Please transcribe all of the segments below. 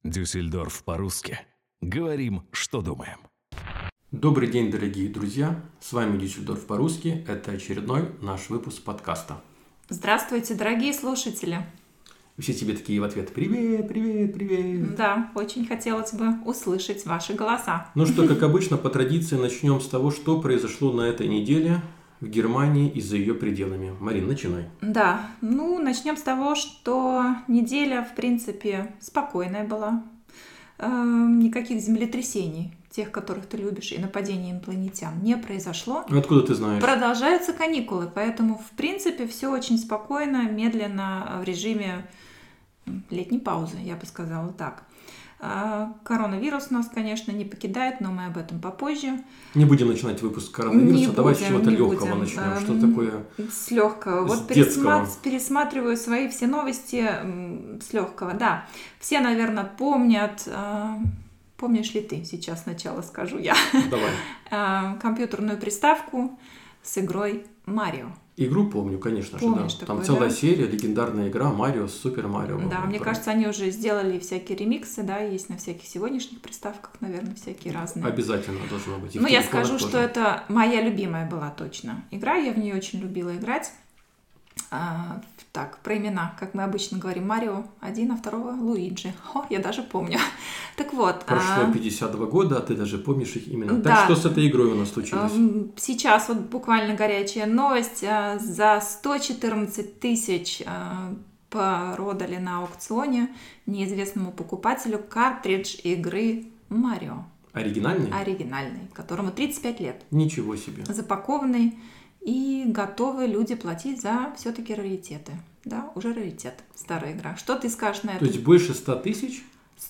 Дюссельдорф по-русски. Говорим, что думаем. Добрый день, дорогие друзья! С вами Дюссельдорф по-русски. Это очередной наш выпуск подкаста. Здравствуйте, дорогие слушатели! Все тебе такие в ответ: привет, привет, привет. Да, очень хотелось бы услышать ваши голоса. Ну что, как обычно, по традиции начнем с того, что произошло на этой неделе в Германии и за ее пределами. Марин, начинай. Да, начнем с того, что неделя, в принципе, спокойная была. Никаких землетрясений, тех, которых ты любишь, и нападений инопланетян не произошло. Откуда ты знаешь? Продолжаются каникулы, поэтому, в принципе, все очень спокойно, медленно, в режиме летней паузы, я бы сказала так. Коронавирус нас, конечно, не покидает, но мы об этом попозже. Не будем начинать выпуск коронавируса. Давай с чего-то легкого начнем. Что такое? С легкого. Вот пересматриваю свои все новости с легкого. Да, все, наверное, помнят. Помнишь ли ты? Сейчас сначала скажу я. Давай. Компьютерную приставку с игрой Марио. Игру помню, конечно же, Помнишь да. такое, Там целая да? серия, легендарная игра Марио, Супер Марио. Да, мне кажется, они уже сделали всякие ремиксы, да, есть на всяких сегодняшних приставках, наверное, всякие разные. Обязательно должно быть. Я скажу, что это моя любимая была точно игра, я в нее очень любила играть. Так, про имена, как мы обычно говорим, Марио 1, а второго Луиджи. Я даже помню. Так вот. Прошло 52 года, а ты даже помнишь их имена. Да. Так что с этой игрой у нас случилось? Сейчас вот буквально горячая новость. За 114 тысяч продали на аукционе неизвестному покупателю картридж игры Марио. Оригинальный? Оригинальный, которому 35 лет. Ничего себе. Запакованный. И готовы люди платить за все-таки раритеты. Да, уже раритет, старая игра. Что ты скажешь на это? То есть больше 100 тысяч?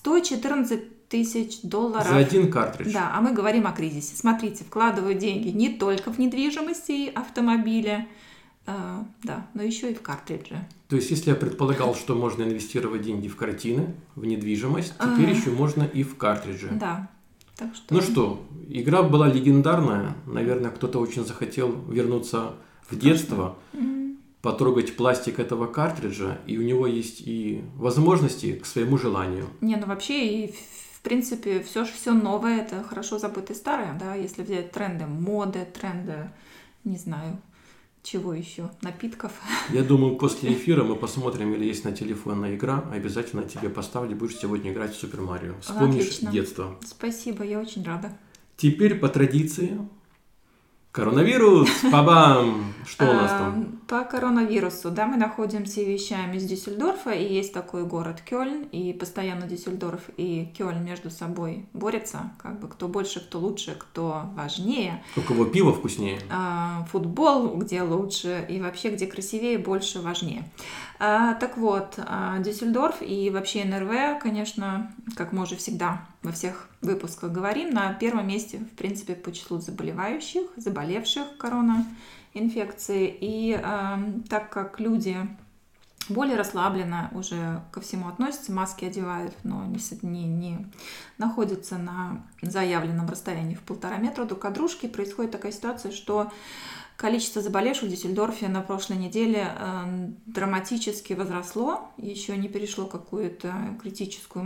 114 тысяч долларов. За один картридж? Да, а мы говорим о кризисе. Смотрите, вкладывают деньги не только в недвижимость и автомобили, да, но еще и в картриджи. То есть, если я предполагал, что можно инвестировать деньги в картины, в недвижимость, теперь еще можно и в картриджи. Да. Так что... Ну что, игра была легендарная. Наверное, кто-то очень захотел вернуться в детство, потрогать пластик этого картриджа, и у него есть и возможности к своему желанию. Вообще, и в принципе, все новое, это хорошо забытое старое, да, если взять тренды моды, тренды, не знаю, чего еще, напитков. Я думаю, после эфира мы посмотрим, или есть на телефонная игра. Обязательно тебе поставлю, будешь сегодня играть в Супер Марио. Вспомнишь Отлично. детство. Спасибо, я очень рада. Теперь по традиции. Коронавирус! Па-бам! Что у нас там? По коронавирусу, да, мы находимся и вещаем из Дюссельдорфа, и есть такой город Кёльн, и постоянно Дюссельдорф и Кёльн между собой борются, как бы кто больше, кто лучше, кто важнее. У кого пиво вкуснее? Футбол где лучше, и вообще где красивее, больше, важнее. Так вот, Дюссельдорф и вообще НРВ, конечно, как мы уже всегда во всех выпусках говорим, на первом месте, в принципе, по числу заболевших коронаинфекцией. И так как люди более расслабленно уже ко всему относятся, маски одевают, но не находятся на заявленном расстоянии в 1,5 метра друг от дружки, происходит такая ситуация, что количество заболевших в Дюссельдорфе на прошлой неделе драматически возросло, еще не перешло какую-то критическую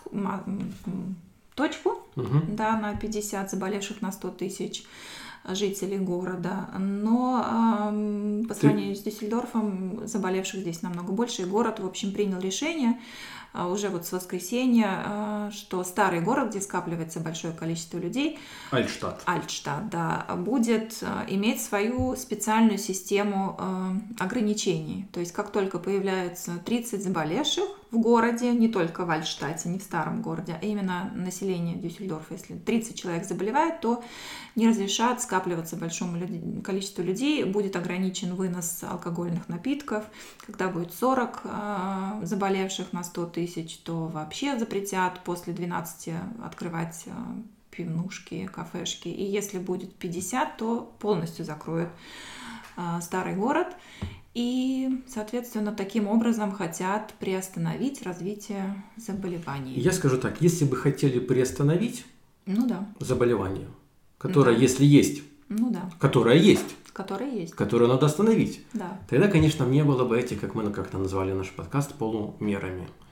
точку, да, на 50 заболевших на 100 тысяч жителей города, но по сравнению с Дюссельдорфом заболевших здесь намного больше, и город, в общем, принял решение уже вот с воскресенья, что старый город, где скапливается большое количество людей, Альтштадт, да, будет иметь свою специальную систему ограничений. То есть как только появляются 30 заболевших в городе, не только в Альтштадте, не в старом городе, а именно население Дюссельдорфа, если 30 человек заболевает, то не разрешат скапливаться большому количеству людей, будет ограничен вынос алкогольных напитков. Когда будет 40 заболевших на 100 тысяч, то вообще запретят после 12 открывать пивнушки, кафешки. И если будет 50, то полностью закроют старый город. И, соответственно, таким образом хотят приостановить развитие заболеваний. Я скажу так, если бы хотели приостановить заболевание, которое, если есть, которое есть, которое надо остановить, тогда, конечно, не было бы этих, как мы как-то назвали наш подкаст, полумерами.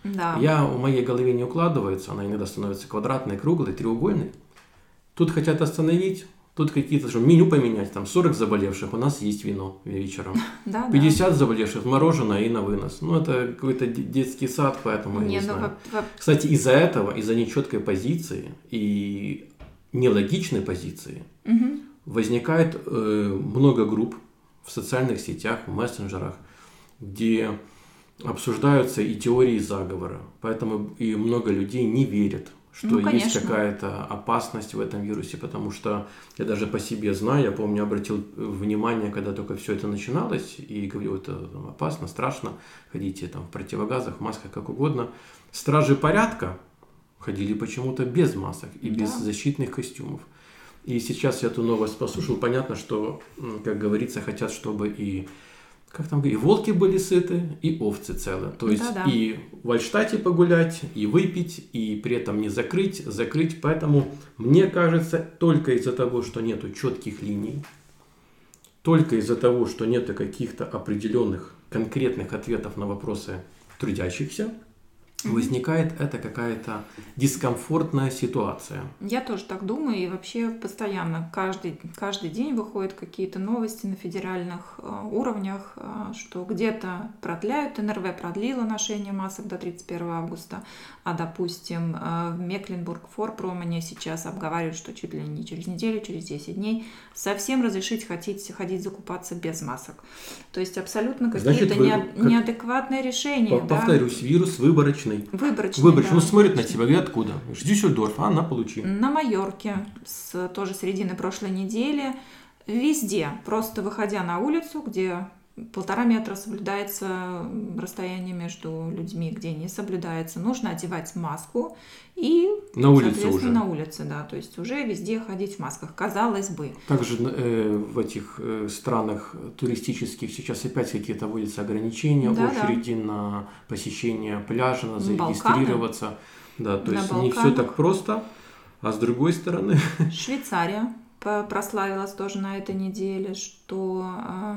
Да. В моей голове не укладывается, она иногда становится квадратной, круглой, треугольной. Тут хотят остановить, тут какие-то меню поменять, там 40 заболевших, у нас есть вино вечером. Да, 50 заболевших, мороженое и на вынос. Это какой-то детский сад, поэтому я не знаю. Кстати, из-за этого, из-за нечеткой позиции и нелогичной позиции возникает много групп в социальных сетях, в мессенджерах, где обсуждаются и теории заговора. Поэтому и много людей не верят, что есть какая-то опасность в этом вирусе, потому что я даже по себе знаю, я помню, обратил внимание, когда только все это начиналось, и говорю, это опасно, страшно, ходите там в противогазах, в масках, как угодно. Стражи порядка ходили почему-то без масок и без защитных костюмов. И сейчас я эту новость послушал, понятно, что, как говорится, хотят, чтобы и волки были сыты, и овцы целы. То есть и в Альштате погулять, и выпить, и при этом не закрыть. Поэтому, мне кажется, только из-за того, что нету четких линий, только из-за того, что нету каких-то определенных конкретных ответов на вопросы трудящихся, возникает это какая-то дискомфортная ситуация. Я тоже так думаю, и вообще постоянно, каждый день выходят какие-то новости на федеральных уровнях, что где-то продляют, НРВ продлило ношение масок до 31 августа, а, допустим, в Мекленбург-Форпоммене сейчас обговаривают, что чуть ли не через неделю, через 10 дней совсем разрешить ходить закупаться без масок. То есть абсолютно какие-то неадекватные решения. Повторюсь, вирус выборочный. Выборочный. Да. Смотрит на тебя, говорит, откуда? Дюссельдорф, на, получи. На Майорке, тоже середины прошлой недели, везде, просто выходя на улицу, где 1,5 метра соблюдается расстояние между людьми, где не соблюдается, нужно одевать маску и, соответственно, на улице, да, то есть уже везде ходить в масках, казалось бы. Также в этих странах туристических сейчас опять какие-то вводятся ограничения, очереди на посещение пляжа, на зарегистрироваться. Да, то есть не все так просто, а с другой стороны... Швейцария прославилась тоже на этой неделе, что...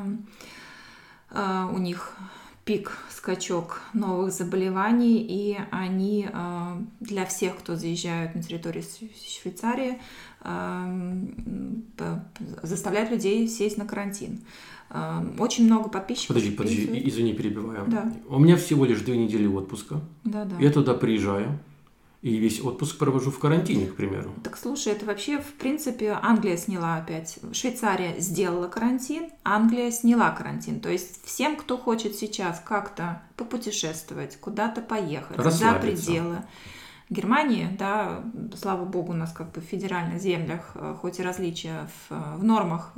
у них пик, скачок новых заболеваний, и они для всех, кто заезжает на территорию Швейцарии, заставляют людей сесть на карантин. Очень много подписчиков. Подожди, извини, перебиваю. Да. У меня всего лишь 2 недели отпуска. Да. Я туда приезжаю. И весь отпуск провожу в карантине, к примеру. Так слушай, это вообще, в принципе, Англия сняла опять. Швейцария сделала карантин, Англия сняла карантин. То есть всем, кто хочет сейчас как-то попутешествовать, куда-то поехать, за пределы Германии, да, слава богу, у нас как бы в федеральных землях, хоть и различия в нормах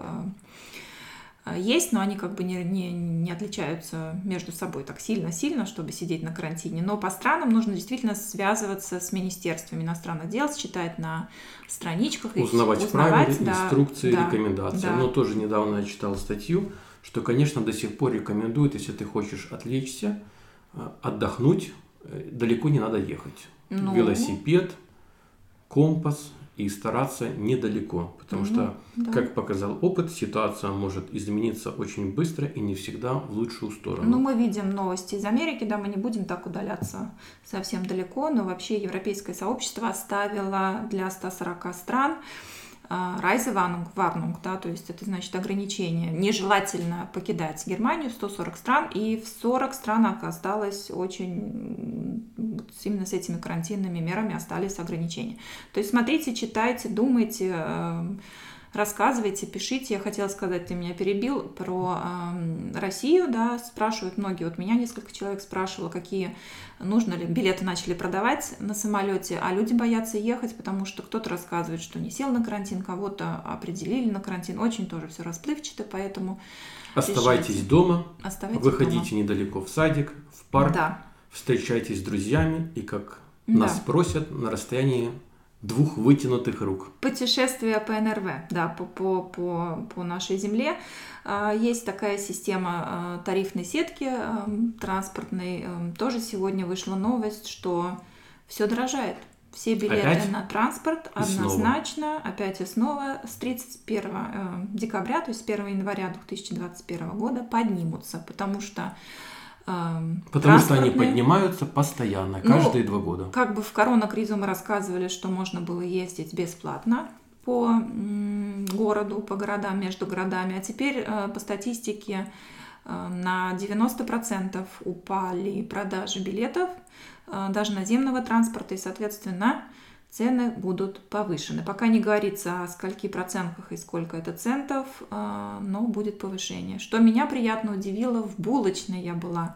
есть, но они как бы не отличаются между собой так сильно, чтобы сидеть на карантине. Но по странам нужно действительно связываться с министерствами иностранных дел, читать на страничках. Узнавать правила, инструкции, рекомендации. Да. Но тоже недавно я читал статью, что, конечно, до сих пор рекомендуют, если ты хочешь отвлечься, отдохнуть, далеко не надо ехать. Велосипед, компас, и стараться недалеко, потому что, как показал опыт, ситуация может измениться очень быстро и не всегда в лучшую сторону. Мы видим новости из Америки, да, мы не будем так удаляться совсем далеко, но вообще европейское сообщество оставило для 140 стран Reisewarnung, да, то есть это значит ограничение. Нежелательно покидать Германию, 140 стран, и в 40 странах осталось именно с этими карантинными мерами остались ограничения. То есть смотрите, читайте, думайте, рассказывайте, пишите. Я хотела сказать, ты меня перебил, про Россию, да, спрашивают многие. Вот меня несколько человек спрашивало, нужно ли, билеты начали продавать на самолете, а люди боятся ехать, потому что кто-то рассказывает, что не сел на карантин, кого-то определили на карантин. Очень тоже все расплывчато, поэтому оставайтесь дома, выходите недалеко в садик, в парк, встречайтесь с друзьями и, как нас просят, на расстоянии 2 вытянутых рук. Путешествие по НРВ, да, по нашей земле. Есть такая система тарифной сетки транспортной. Тоже сегодня вышла новость, что все дорожает. Все билеты на транспорт однозначно, опять и снова, с 31 декабря, то есть с 1 января 2021 года поднимутся, потому что Потому что они поднимаются постоянно, каждые 2 года. Как бы в коронакризу мы рассказывали, что можно было ездить бесплатно по городу, по городам, между городами. А теперь по статистике на 90% упали продажи билетов, даже наземного транспорта, и, соответственно, цены будут повышены. Пока не говорится о скольки процентах и сколько это центов, но будет повышение. Что меня приятно удивило, в булочной я была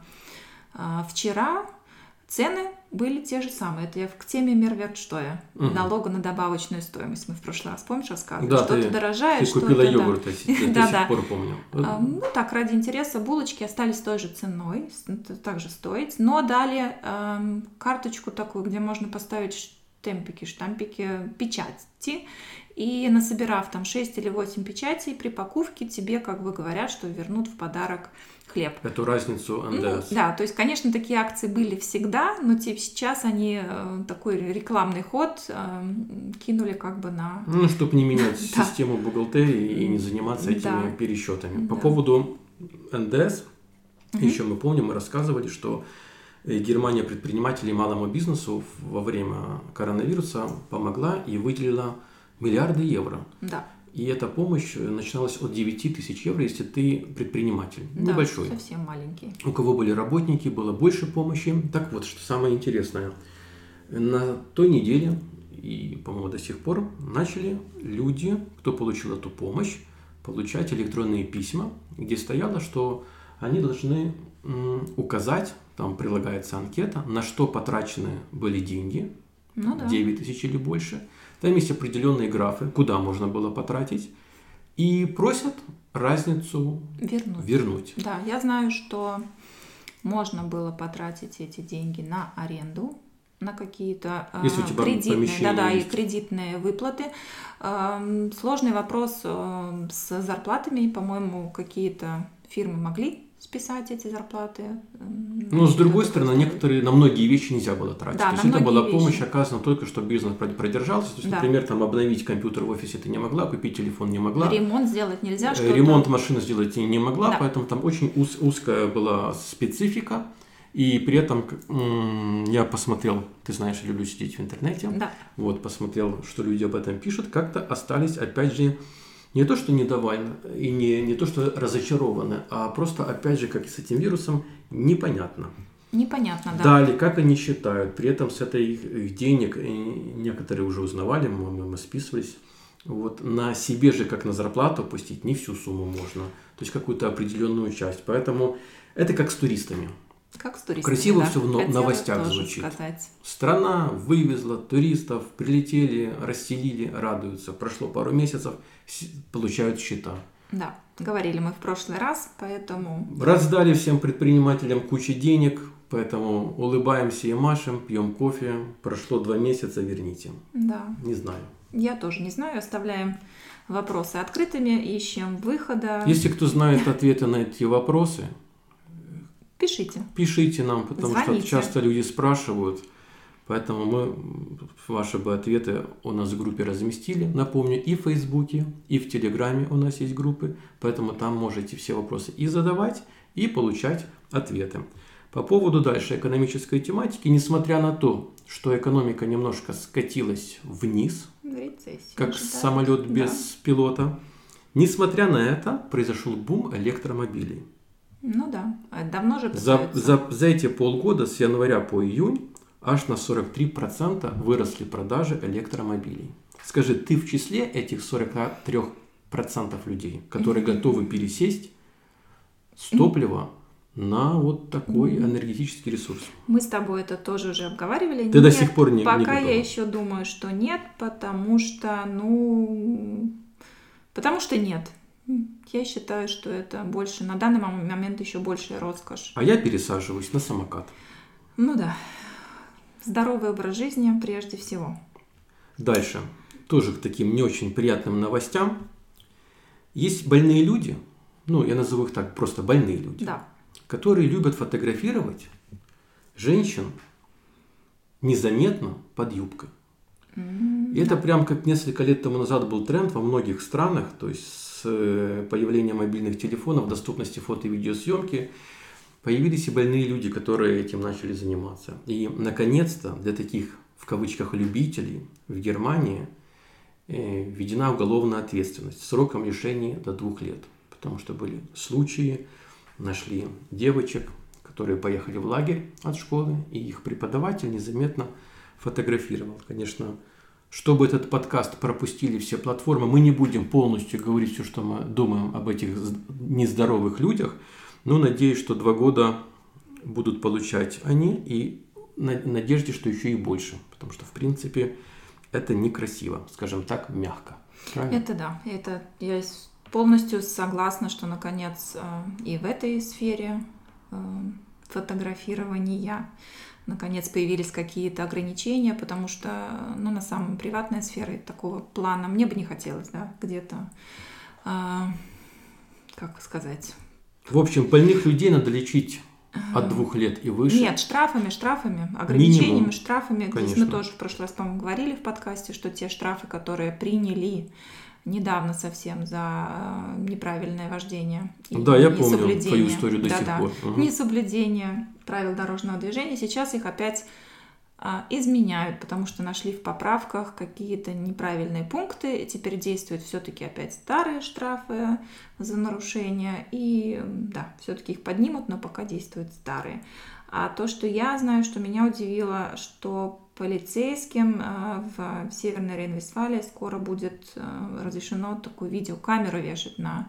вчера, цены были те же самые. Это я к теме Мерверштоя, налога на добавочную стоимость. Мы в прошлый раз, помнишь, рассказывали? Да, что-то дорожает, что-то... Ты купила йогурт, я до сих пор помню. Ну так, ради интереса, булочки остались той же ценой, также стоить, но дали карточку такую, где можно поставить штампики, печати, и насобирав там 6 или 8 печатей, при покупке тебе как бы говорят, что вернут в подарок хлеб. Эту разницу НДС. Да, то есть, конечно, такие акции были всегда, но сейчас они такой рекламный ход кинули как бы на... Ну, чтобы не менять систему бухгалтерии и не заниматься этими пересчетами. По поводу НДС, еще мы помним, мы рассказывали, что Германия предпринимателей и малому бизнесу во время коронавируса помогла и выделила миллиарды евро. Да. И эта помощь начиналась от 9 тысяч евро, если ты предприниматель, небольшой. Да, совсем маленький. У кого были работники, было больше помощи. Так вот, что самое интересное. На той неделе, и, по-моему, до сих пор, начали люди, кто получил эту помощь, получать электронные письма, где стояло, что они должны указать, там прилагается анкета, на что потрачены были деньги, 9 тысяч или больше. Там есть определенные графы, куда можно было потратить, и просят разницу вернуть. Да, я знаю, что можно было потратить эти деньги на аренду, на какие-то кредитные выплаты. Сложный вопрос с зарплатами, по-моему, какие-то фирмы могли списать эти зарплаты. Но с другой стороны, на многие вещи нельзя было тратить. Да, то есть это была помощь оказана только, чтобы бизнес продержался. То есть, например, там обновить компьютер в офисе ты не могла, купить телефон не могла. Ремонт сделать нельзя. Ремонт машины сделать не могла, поэтому там очень узкая была специфика. И при этом я посмотрел, ты знаешь, я люблю сидеть в интернете. Да. Вот, посмотрел, что люди об этом пишут. Как-то остались, опять же, не то, что недовольны и не то, что разочарованы, а просто, опять же, как и с этим вирусом, непонятно. Непонятно, да. Далее, как они считают, при этом с этой их денег, некоторые уже узнавали, мы списывались, вот, на себе же, как на зарплату пустить, не всю сумму можно, то есть какую-то определенную часть. Поэтому это как с туристами. Как с туристами, красиво все в новостях звучит. Сказать. Страна вывезла туристов, прилетели, расселили, радуются. Прошло пару месяцев, получают счета. Да, говорили мы в прошлый раз, поэтому... Раздали всем предпринимателям кучу денег, поэтому улыбаемся и машем, пьем кофе. Прошло 2 месяца, верните. Да. Не знаю. Я тоже не знаю, оставляем вопросы открытыми, ищем выхода. Если кто знает ответы на эти вопросы... Пишите нам, потому что часто люди спрашивают, поэтому мы ваши бы ответы у нас в группе разместили. Напомню, и в Фейсбуке, и в Телеграме у нас есть группы, поэтому там можете все вопросы и задавать, и получать ответы. По поводу дальше экономической тематики, несмотря на то, что экономика немножко скатилась вниз, как самолет без пилота, несмотря на это, произошел бум электромобилей. Ну да, давно же пытаются. За эти полгода, с января по июнь, аж на 43% выросли продажи электромобилей. Скажи, ты в числе этих 43% людей, которые готовы пересесть с топлива на вот такой энергетический ресурс? Мы с тобой это тоже уже обговаривали. Ты до сих пор не Пока готова. Я еще думаю, что нет, потому что нет. Я считаю, что это больше, на данный момент еще большая роскошь. А я пересаживаюсь на самокат. Ну да. Здоровый образ жизни прежде всего. Дальше. Тоже к таким не очень приятным новостям. Есть больные люди, я назову их так, просто больные люди, да, которые любят фотографировать женщин незаметно под юбкой. И это прям как несколько лет тому назад был тренд во многих странах, то есть с появлением мобильных телефонов, доступности фото- и видеосъемки. Появились и больные люди, которые этим начали заниматься. И, наконец-то, для таких, в кавычках, любителей в Германии введена уголовная ответственность с сроком лишения до 2 лет. Потому что были случаи, нашли девочек, которые поехали в лагерь от школы, и их преподаватель незаметно фотографировал. Конечно, чтобы этот подкаст пропустили все платформы, мы не будем полностью говорить все, что мы думаем об этих нездоровых людях, но надеюсь, что 2 года будут получать они, и надежде, что еще и больше, потому что, в принципе, это некрасиво, скажем так, мягко. Правильно? Это да, это я полностью согласна, что, наконец, и в этой сфере фотографирования наконец появились какие-то ограничения, потому что, на самом приватной сфере такого плана мне бы не хотелось, да, где-то, как сказать... В общем, больных людей надо лечить от 2 лет и выше. Нет, штрафами, ограничениями, минимум. штрафами. Конечно. Здесь мы тоже в прошлый раз, по-моему, говорили в подкасте, что те штрафы, которые приняли недавно совсем за неправильное вождение. Да, я помню твою историю до сих пор. Несоблюдение правил дорожного движения. Сейчас их опять изменяют, потому что нашли в поправках какие-то неправильные пункты. И теперь действуют все-таки опять старые штрафы за нарушения. И да, все-таки их поднимут, но пока действуют старые. А то, что я знаю, что меня удивило, что полицейским в Северной Рейн-Вестфалии скоро будет разрешено такую видеокамеру вешать на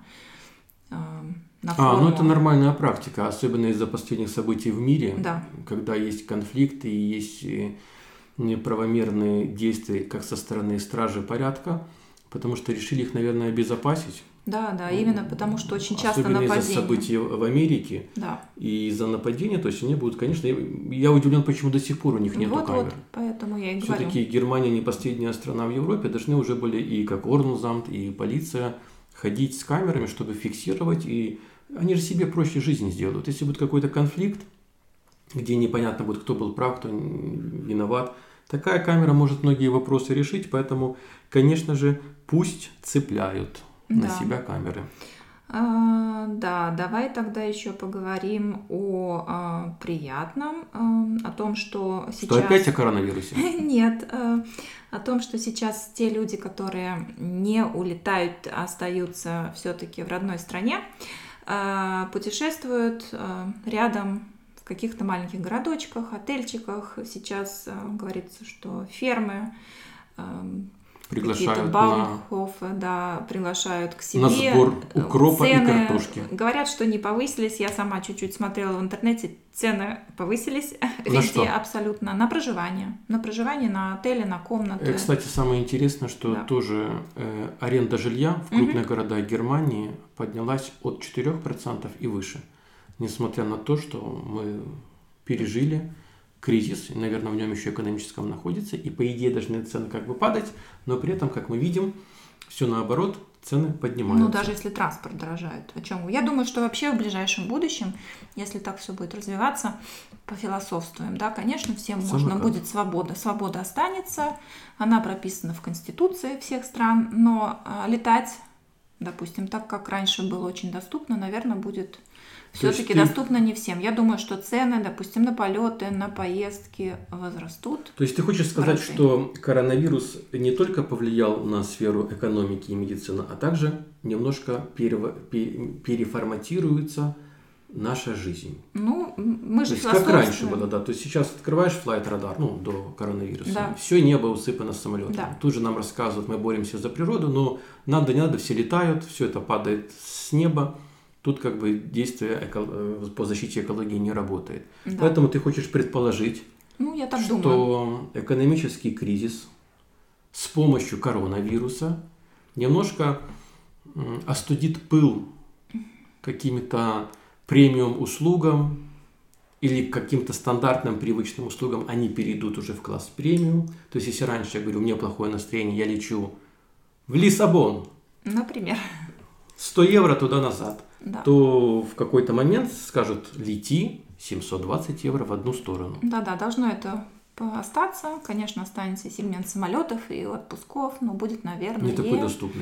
форму. Это нормальная практика, особенно из-за последних событий в мире, да. Когда есть конфликты и есть неправомерные действия как со стороны стражи порядка, потому что решили их, наверное, обезопасить. Да, именно потому что очень часто особенно нападения. Из-за событий в Америке. Да. И из-за нападения, то есть они будут, конечно, я удивлен, почему до сих пор у них нету камер. Поэтому я и говорю. Все-таки Германия не последняя страна в Европе, должны уже были и как Орднунзамт, и полиция ходить с камерами, чтобы фиксировать, и они же себе проще жизнь сделают. Если будет какой-то конфликт, где непонятно будет, кто был прав, кто виноват, такая камера может многие вопросы решить, поэтому, конечно же, пусть цепляют на себя камеры. Да, давай тогда еще поговорим о приятном, о том, что сейчас... Что опять о коронавирусе? Нет, о том, что сейчас те люди, которые не улетают, а остаются все-таки в родной стране, путешествуют рядом в каких-то маленьких городочках, отельчиках. Сейчас говорится, что фермы... Приглашают Баумхофы, приглашают к себе. На сбор укропа цены, и картошки. Говорят, что не повысились. Я сама чуть-чуть смотрела в интернете. Цены повысились На везде что? Абсолютно. На проживание. На проживание, на отели, на комнаты. Кстати, самое интересное, что тоже аренда жилья в крупных городах Германии поднялась от 4% и выше. Несмотря на то, что мы пережили кризис, и, наверное, в нем еще экономическом находится, и, по идее, должны цены как бы падать, но при этом, как мы видим, все наоборот, цены поднимаются. Даже если транспорт дорожает. О чем? Я думаю, что вообще в ближайшем будущем, если так все будет развиваться, пофилософствуем, конечно, всем можно будет свобода. Свобода останется, она прописана в Конституции всех стран, но летать, допустим, так, как раньше было очень доступно, наверное, будет... Все-таки доступно не всем. Я думаю, что цены, допустим, на полеты, на поездки возрастут. То есть ты хочешь сказать, что коронавирус не только повлиял на сферу экономики и медицины, а также немножко переформатируется наша жизнь? Мы же как раньше было, То есть сейчас открываешь Flight Radar, до коронавируса, все небо усыпано самолетами. Тут же нам рассказывают, мы боремся за природу, но не надо, все летают, все это падает с неба. Тут как бы действие по защите экологии не работает. Поэтому ты хочешь предположить, я так что думаю. Экономический кризис с помощью коронавируса немножко остудит пыл каким-то премиум-услугам или каким-то стандартным привычным услугам, они перейдут уже в класс премиум. То есть, если раньше я говорю, у меня плохое настроение, я лечу в Лиссабон. Например. 100 евро туда-назад. То в какой-то момент скажут, лети 720 евро в одну сторону. Должно это остаться. Конечно, останется сегмент самолетов и отпусков, но будет, наверное, не такой доступный.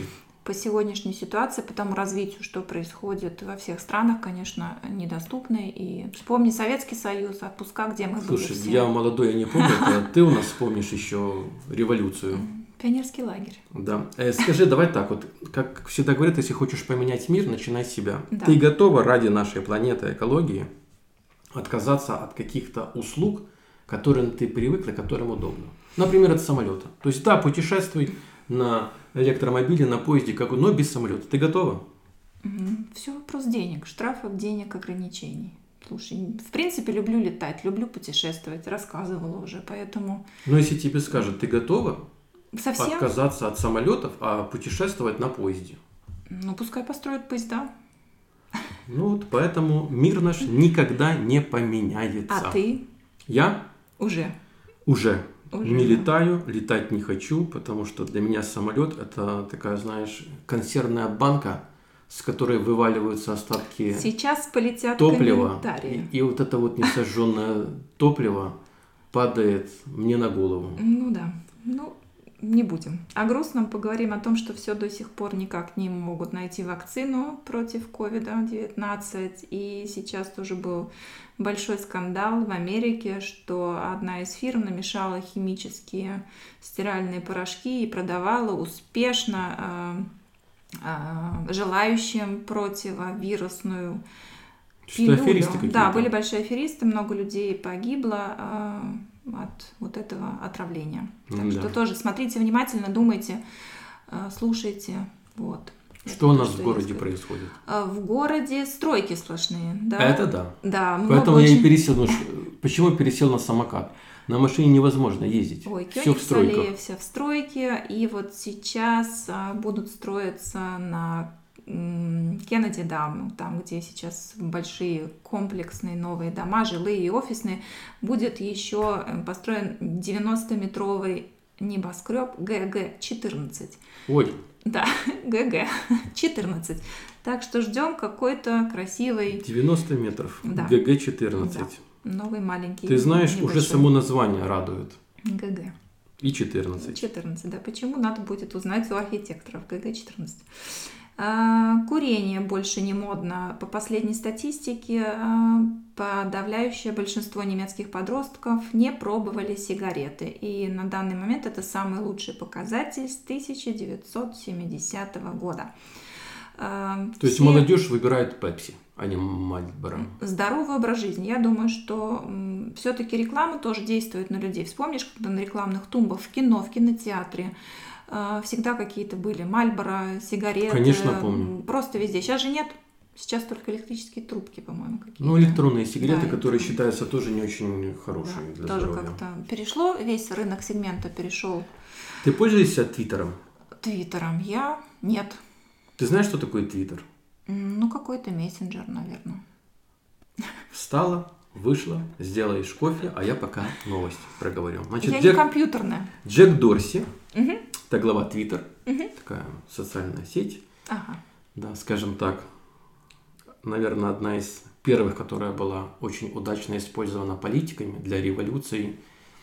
по сегодняшней ситуации, по тому развитию, что происходит во всех странах, конечно, недоступны. И вспомни Советский Союз, отпуска, где мы были Слушай, все. я молодой, я не помню, а ты у нас вспомнишь еще революцию. Пионерский лагерь. Да. Скажи, давай так вот, как всегда говорят, если хочешь поменять мир, начинай с себя. Да. Ты готова ради нашей планеты, экологии, отказаться от каких-то услуг, к которым ты привыкла, которым удобно? Например, от самолета. То есть, да, путешествуй на электромобиле, на поезде, но без самолета. Ты готова? Все вопрос денег, штрафов, денег, ограничений. Слушай, в принципе, люблю летать, люблю путешествовать, рассказывала уже, поэтому... Но если тебе скажут, ты готова Совсем? отказаться от самолетов, а путешествовать на поезде? Ну, пускай построят поезда. Ну вот, поэтому мир наш никогда не поменяется. А ты? Я? Уже. Уже не да. летаю, летать не хочу, потому что для меня самолет это такая, знаешь, консервная банка, с которой вываливаются остатки Сейчас полетят топлива. комментарии. И вот это вот несожженное топливо падает мне на голову. Ну да. Ну, не будем. О грустном поговорим, о том, что все до сих пор никак не могут найти вакцину против COVID-19. И сейчас тоже был большой скандал в Америке, что одна из фирм намешала химические стиральные порошки и продавала успешно желающим противовирусную пилюлю. Аферисты какие-то. Да, были большие аферисты, много людей погибло от вот этого отравления. Так что тоже смотрите внимательно, думайте, слушайте. Вот. Что у нас в городе происходит? В городе стройки сплошные. Да? Это да. Да, поэтому я и пересел. Почему пересел на самокат? На машине невозможно ездить. Ой, все в стройках. Все в стройке. И вот сейчас будут строиться на Кеннеди Дам, там, где сейчас большие комплексные новые дома, жилые и офисные, будет еще построен 90-метровый небоскреб ГГ-14. Ой. Да, ГГ-14. Так что ждем какой-то красивый... 90 метров. Да. ГГ-14. Да. Новый маленький. Ты знаешь, небольшой. уже само название радует. ГГ. И 14. 14, да. Почему, надо будет узнать у архитекторов. ГГ-14. Курение больше не модно. По последней статистике, подавляющее большинство немецких подростков не пробовали сигареты. И на данный момент это самый лучший показатель с 1970 года. То есть молодежь выбирает Пепси, а не Мальборо. Здоровый образ жизни. Я думаю, что все-таки реклама тоже действует на людей. Вспомнишь, когда на рекламных тумбах в кино, в кинотеатре всегда какие-то были Мальборо, сигареты. Конечно, помню. Просто везде. Сейчас же нет. Сейчас только электрические трубки, по-моему, какие-то. Ну, электронные сигареты, да, которые считаются тоже не очень хорошие для тоже здоровья. как-то перешло, весь рынок сегмента перешел. Ты пользуешься Твиттером? Твиттером я? Нет. Ты знаешь, что такое Твиттер? Ну, какой-то мессенджер, наверное. Встала, вышла, сделаешь кофе, а я пока новость проговорю. Значит, я не компьютерная. Джек Дорси, Угу. это глава Твиттер, Угу. такая социальная сеть, Ага. да, скажем так, наверное, одна из первых, которая была очень удачно использована политиками для революции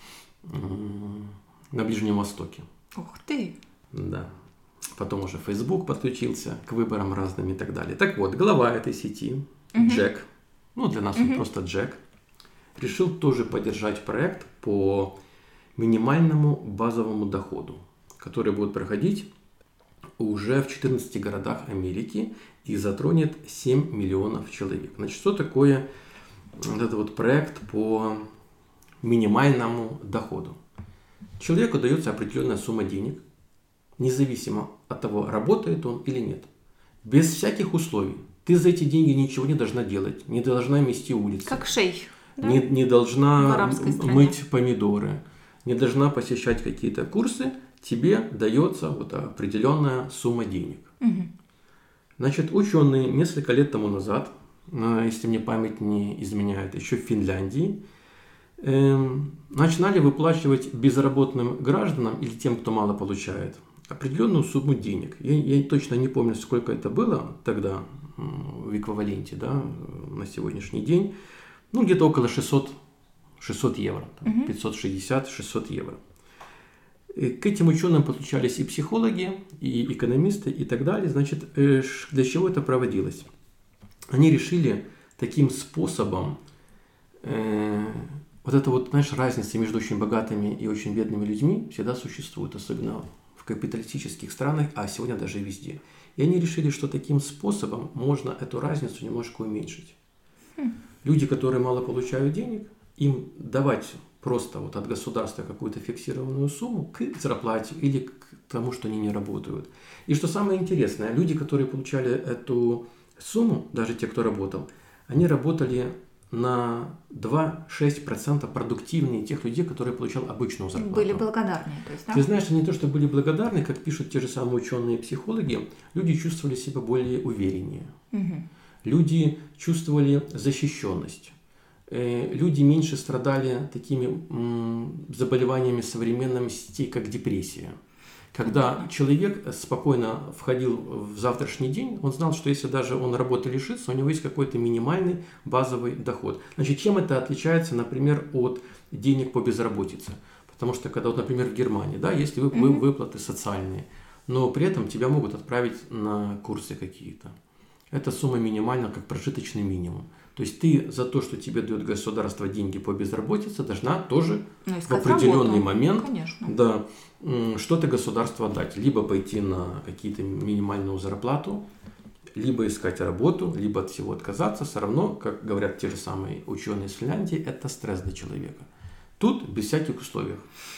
на Ближнем Востоке. Ух ты. Да. Потом уже Facebook подключился к выборам разным и так далее. Так вот, глава этой сети, Джек, ну для нас он просто Джек, решил тоже поддержать проект по минимальному базовому доходу, который будет проходить уже в 14 городах Америки и затронет 7 миллионов человек. Значит, что такое вот этот вот проект по минимальному доходу? Человеку дается определенная сумма денег, независимо от того, работает он или нет. Без всяких условий. Ты за эти деньги ничего не должна делать, не должна мести улицы. Как шейх. Да? Не должна В арабской стране. мыть помидоры, не должна посещать какие-то курсы. Тебе дается вот определенная сумма денег. Угу. Значит, ученые несколько лет тому назад, если мне память не изменяет, еще в Финляндии, начинали выплачивать безработным гражданам или тем, кто мало получает, определенную сумму денег. Я точно не помню, сколько это было тогда в эквиваленте, да, на сегодняшний день. Ну, где-то около 600 евро, 560-600 евро. К этим ученым подключались и психологи, и экономисты, и так далее. Значит, для чего это проводилось? Они решили таким способом, вот эта вот, знаешь, разница между очень богатыми и очень бедными людьми всегда существует, особенно в капиталистических странах, а сегодня даже и везде. И они решили, что таким способом можно эту разницу немножко уменьшить. Люди, которые мало получают денег, им давать просто вот от государства какую-то фиксированную сумму к зарплате или к тому, что они не работают. И что самое интересное, люди, которые получали эту сумму, даже те, кто работал, они работали на 2-6% продуктивнее тех людей, которые получали обычную зарплату. Были благодарны, то есть, да? Ты знаешь, они не то, что были благодарны, как пишут те же самые ученые и психологи, люди чувствовали себя более увереннее. Люди чувствовали защищенность. Люди меньше страдали такими заболеваниями современными сетей, как депрессия. Когда человек спокойно входил в завтрашний день, он знал, что если даже он работы лишится, у него есть какой-то минимальный базовый доход. Значит, чем это отличается, например, от денег по безработице? Потому что, когда, вот, например, в Германии, да, есть выплаты социальные, но при этом тебя могут отправить на курсы какие-то. Эта сумма минимальна, как прожиточный минимум. То есть ты за то, что тебе дает государство деньги по безработице, должна тоже в определенный момент да, что-то государству отдать. Либо пойти на какие-то минимальную зарплату, либо искать работу, либо от всего отказаться. Все равно, как говорят те же самые ученые из Финляндии, это стресс для человека. Тут без всяких условий.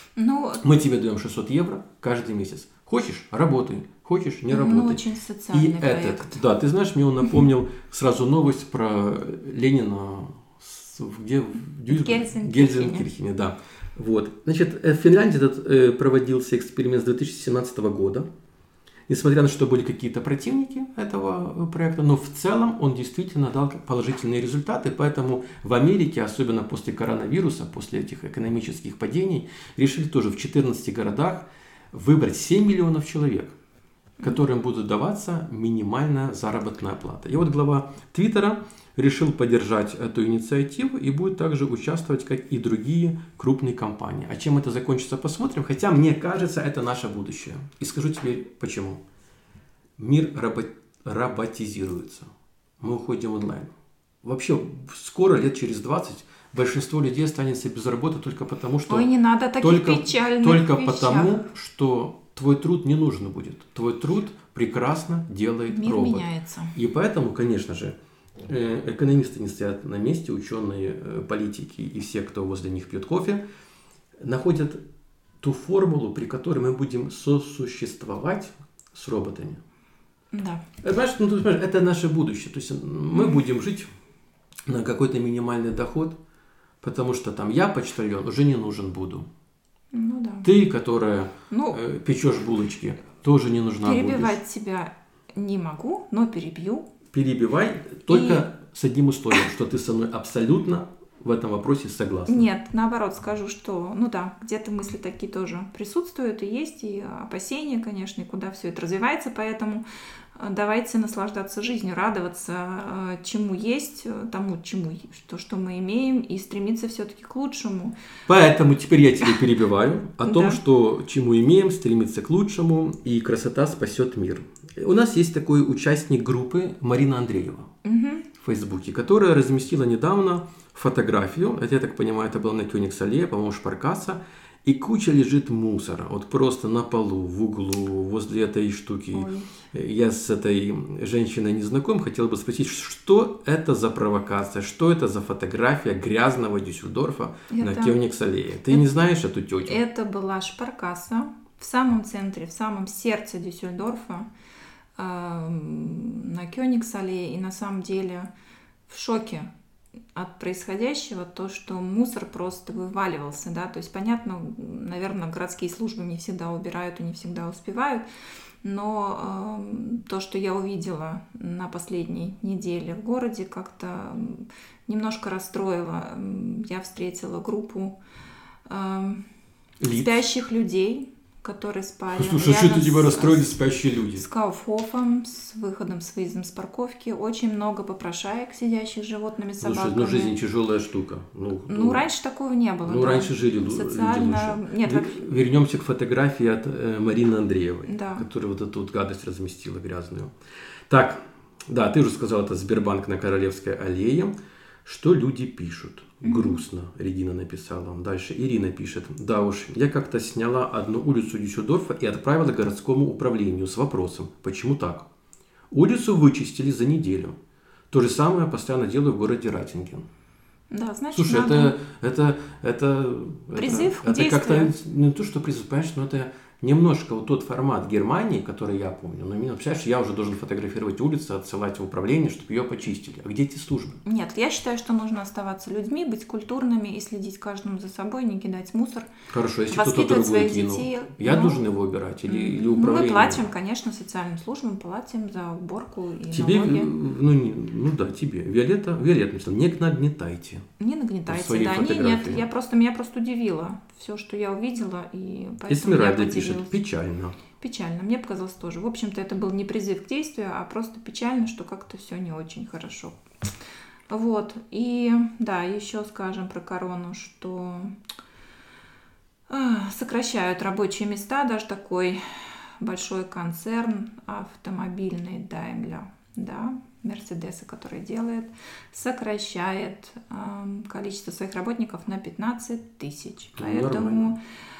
Мы тебе даем 600 евро каждый месяц. Хочешь – работай, хочешь – не работай. Очень социальный проект. Да, ты знаешь, мне он напомнил сразу новость про Ленина, где в Гельзенкирхене. Да. Вот. Значит, в Финляндии этот проводился эксперимент с 2017 года. Несмотря на то, что были какие-то противники этого проекта, но в целом он действительно дал положительные результаты. Поэтому в Америке, особенно после коронавируса, после этих экономических падений, решили тоже в 14 городах выбрать 7 миллионов человек, которым будет даваться минимальная заработная плата. И вот глава Твиттера решил поддержать эту инициативу и будет также участвовать, как и другие крупные компании. А чем это закончится, посмотрим. Хотя, мне кажется, это наше будущее. И скажу тебе почему. Мир роботизируется. Мы уходим онлайн. Вообще, скоро, лет через 20, большинство людей останется без работы только потому, что... Ой, не надо таких печальных Только вещах. потому, что твой труд не нужен будет. Твой труд прекрасно делает Мир робот. меняется. И поэтому, конечно же, экономисты не стоят на месте, ученые, политики и все, кто возле них пьет кофе, находят ту формулу, при которой мы будем сосуществовать с роботами. Да. Знаешь, это наше будущее. То есть мы будем жить на какой-то минимальный доход, потому что там я, почтальон, уже не нужен буду. Ну да. Ты, которая печешь булочки, тоже не нужна будешь. Перебивать тебя не могу, но перебью. Перебивай, только с одним условием, что ты со мной абсолютно в этом вопросе согласна. Нет, наоборот, скажу, что, где-то мысли такие тоже присутствуют и есть, и опасения, конечно, и куда все это развивается, поэтому давайте наслаждаться жизнью, радоваться чему есть, тому, то, что мы имеем, и стремиться все-таки к лучшему. Поэтому теперь я тебя перебиваю о том, что чему имеем, стремиться к лучшему, и красота спасет мир. У нас есть такой участник группы Марина Андреева в Фейсбуке, которая разместила недавно фотографию, я так понимаю, это было на Кёнигс-аллее, по-моему, Шпаркаса, и куча лежит мусора, вот просто на полу, в углу, возле этой штуки. Ой. Я с этой женщиной не знаком, хотел бы спросить, что это за провокация, что это за фотография грязного Дюссельдорфа на Кёнигс-аллее? Ты не знаешь эту тетю? Это была Шпаркаса в самом центре, в самом сердце Дюссельдорфа, на Кёнигс-аллее, и на самом деле в шоке от происходящего, то, что мусор просто вываливался, да, то есть, понятно, наверное, городские службы не всегда убирают и не всегда успевают, но то, что я увидела на последней неделе в городе, как-то немножко расстроило. Я встретила группу спящих людей, который спали. Слушай, что это тебя расстроили спящие люди? С Кауфхофом, с выходом, с выездом с парковки. Очень много попрошаек, сидящих с животными, собаками. Слушай, жизнь тяжелая штука. Раньше такого не было. Ну, да. раньше жили социально... люди лучше. Нет, Вернемся к фотографии от Марины Андреевой, да. которая вот эту вот гадость разместила грязную. Так, да, ты уже сказал, это Сбербанк на Королевской аллее. Что люди пишут? Грустно, Регина написала. Дальше Ирина пишет. Да уж, я как-то сняла одну улицу Дюссельдорфа и отправила городскому управлению с вопросом, почему так? Улицу вычистили за неделю. То же самое я постоянно делаю в городе Ратинген. Да, значит, слушай, надо... это призыв к действию. Это как-то не то, что призыв, понимаешь, но это немножко вот тот формат Германии, который я помню. Но меня, представляешь, я уже должен фотографировать улицу, отсылать в управление, чтобы ее почистили. А где эти службы? Нет, я считаю, что нужно оставаться людьми, быть культурными и следить каждому за собой, не кидать мусор. Хорошо, если кто-то другой кинул, я должен его убирать или управление? Мы платим, конечно, социальным службам, платим за уборку и тебе, налоги. Да, тебе. Виолетта написала, не нагнетайте. Не нагнетайте, свои да. фотографии. Нет, меня просто удивило все, что я увидела, и поэтому Эсмеральда я поделилась. пишет, печально. Печально, мне показалось тоже. В общем-то, это был не призыв к действию, а просто печально, что как-то все не очень хорошо. Вот, и да, еще скажем про корону, что сокращают рабочие места, даже такой большой концерн автомобильный Daimler, да, Мерседесы, который делает, сокращает количество своих работников на 15 тысяч. Поэтому,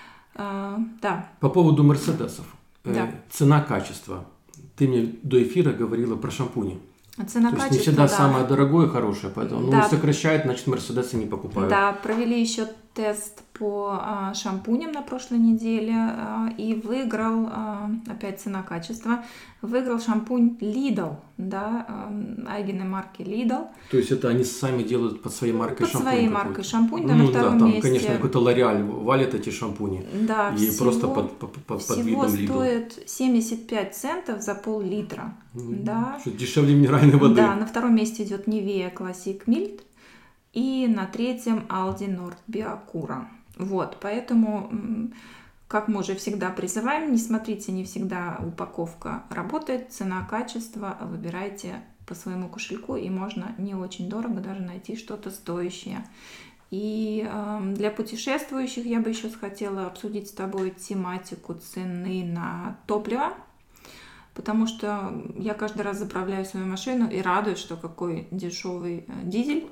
да. По поводу Мерседесов. Да. Цена-качество. Ты мне до эфира говорила про шампуни. Цена-качество, не всегда да. самое дорогое, хорошее, поэтому да. Сокращает, значит, Мерседесы не покупают. Да, провели еще тест по шампуням на прошлой неделе и выиграл, опять цена-качество, выиграл шампунь Lidl, да, Айгены марки Lidl. То есть это они сами делают под своей маркой шампунь? Под своей маркой шампунь, да, на втором там, месте. Конечно, какой-то Лореаль валит эти шампуни. Да, и всего, просто под видом Lidl. стоит 75 центов за пол-литра. Да. Что дешевле минеральной воды. Да, на втором месте идет Nivea Classic Mild и на третьем Aldi Nord Biocura. Вот, поэтому, как мы уже всегда призываем, не смотрите, не всегда упаковка работает, цена, качество, выбирайте по своему кошельку, и можно не очень дорого даже найти что-то стоящее. И для путешествующих я бы еще хотела обсудить с тобой тематику цены на топливо, потому что я каждый раз заправляю свою машину и радуюсь, что какой дешевый дизель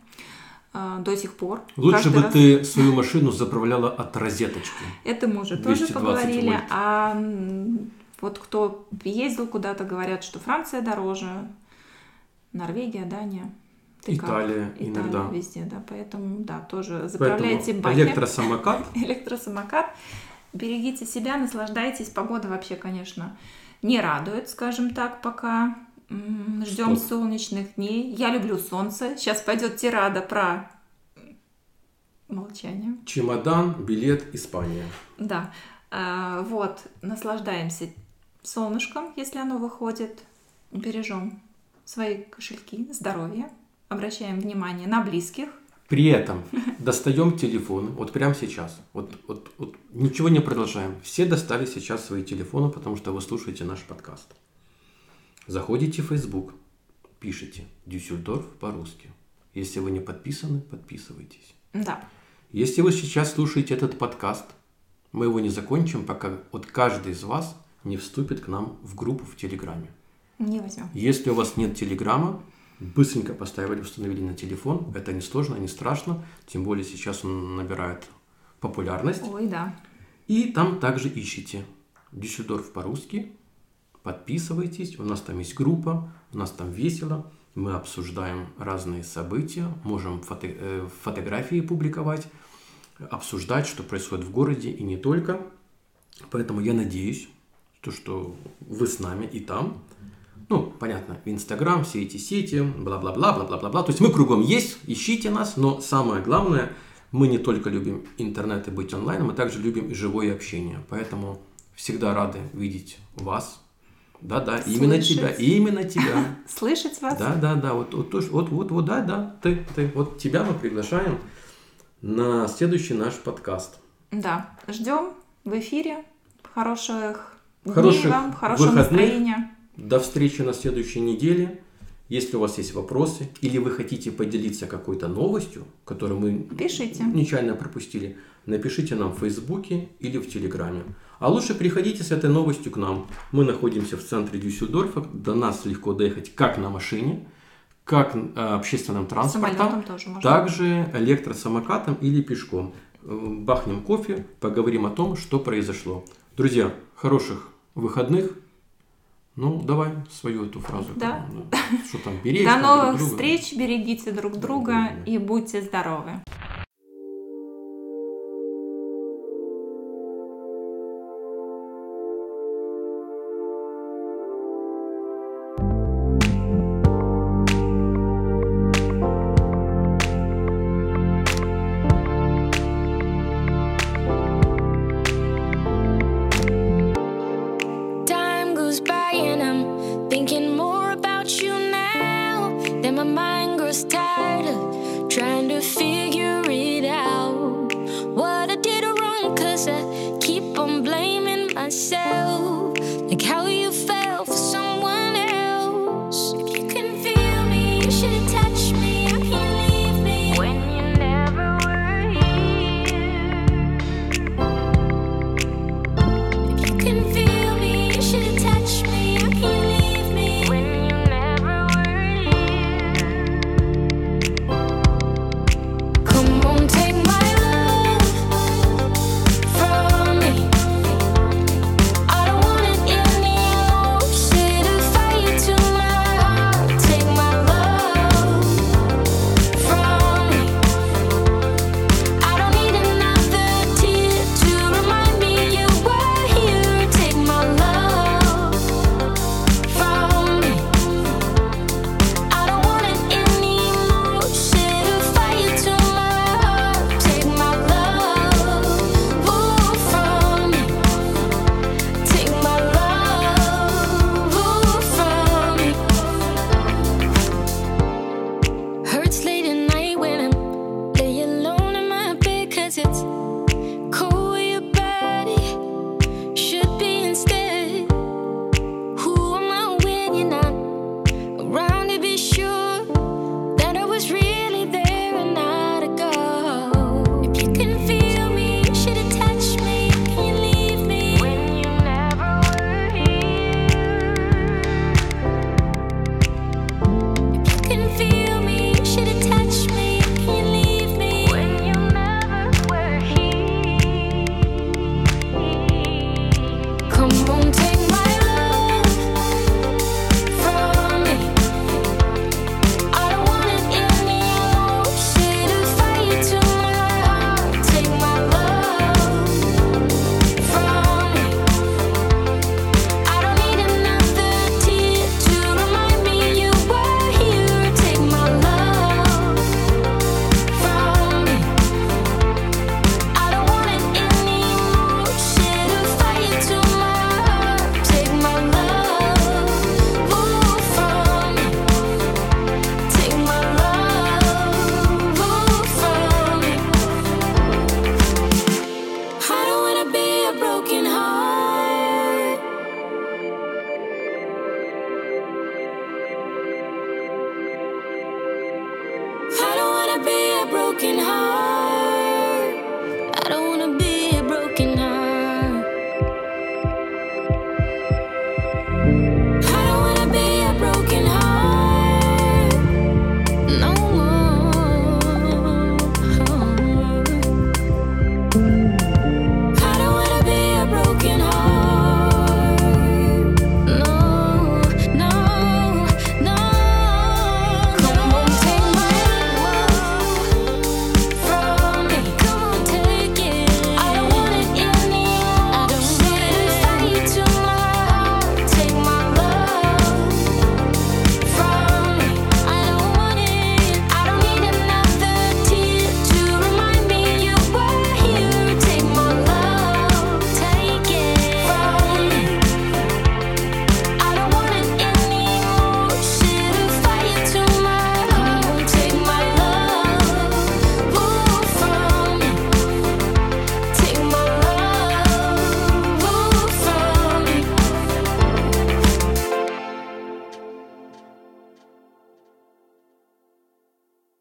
до сих пор. Лучше бы ты свою машину заправляла от розеточки. Это мы уже тоже поговорили. Вольт. А вот кто ездил куда-то, говорят, что Франция дороже, Норвегия, Дания. Италия иногда. Везде, да. Поэтому, да, тоже заправляйте баки. Электросамокат. Берегите себя, наслаждайтесь. Погода вообще, конечно, не радует, скажем так, пока. Ждем солнечных дней. Я люблю солнце. Сейчас пойдет тирада про молчание. Чемодан, билет, Испания. Да. Вот. Наслаждаемся солнышком, если оно выходит. Бережем свои кошельки, здоровье. Обращаем внимание на близких. При этом достаем телефон. Вот прямо сейчас. Вот ничего не продолжаем. Все достали сейчас свои телефоны, потому что вы слушаете наш подкаст. Заходите в Facebook, пишите Дюссельдорф по-русски. Если вы не подписаны, подписывайтесь. Да. Если вы сейчас слушаете этот подкаст, мы его не закончим, пока вот каждый из вас не вступит к нам в группу в Телеграме. Не возьмем. Если у вас нет Телеграма, быстренько поставили, установили на телефон. Это не сложно, не страшно. Тем более сейчас он набирает популярность. Ой, да. И там также ищите Дюссельдорф по-русски. Подписывайтесь, у нас там есть группа, у нас там весело, мы обсуждаем разные события, можем фотографии публиковать, обсуждать, что происходит в городе и не только. Поэтому я надеюсь, что вы с нами и там. Ну, понятно, в Инстаграм, все эти сети, бла-бла-бла, бла-бла-бла. То есть мы кругом есть, ищите нас, но самое главное, мы не только любим интернет и быть онлайн, мы также любим и живое общение. Поэтому всегда рады видеть вас. Да, именно тебя. Слышать вас. Да, ты. Вот тебя мы приглашаем на следующий наш подкаст. Да, ждем в эфире. хороших дней Хороших вам, хорошего выходных. настроения. До встречи на следующей неделе. Если у вас есть вопросы или вы хотите поделиться какой-то новостью, которую мы Пишите. нечаянно пропустили, напишите нам в Фейсбуке или в Телеграме. А лучше приходите с этой новостью к нам. Мы находимся в центре Дюссельдорфа. До нас легко доехать как на машине, как общественным транспортом, Самолетом тоже можно. также электросамокатом или пешком. Бахнем кофе, поговорим о том, что произошло. Друзья, хороших выходных. Ну, давай свою эту фразу. Да. Что там, беречь До там новых друг друга. встреч, берегите друг друга и будьте здоровы. Time goes by and I'm thinking more about you now. Then my mind grows tired of trying to figure it out. What I did wrong, 'cause I keep on blaming myself.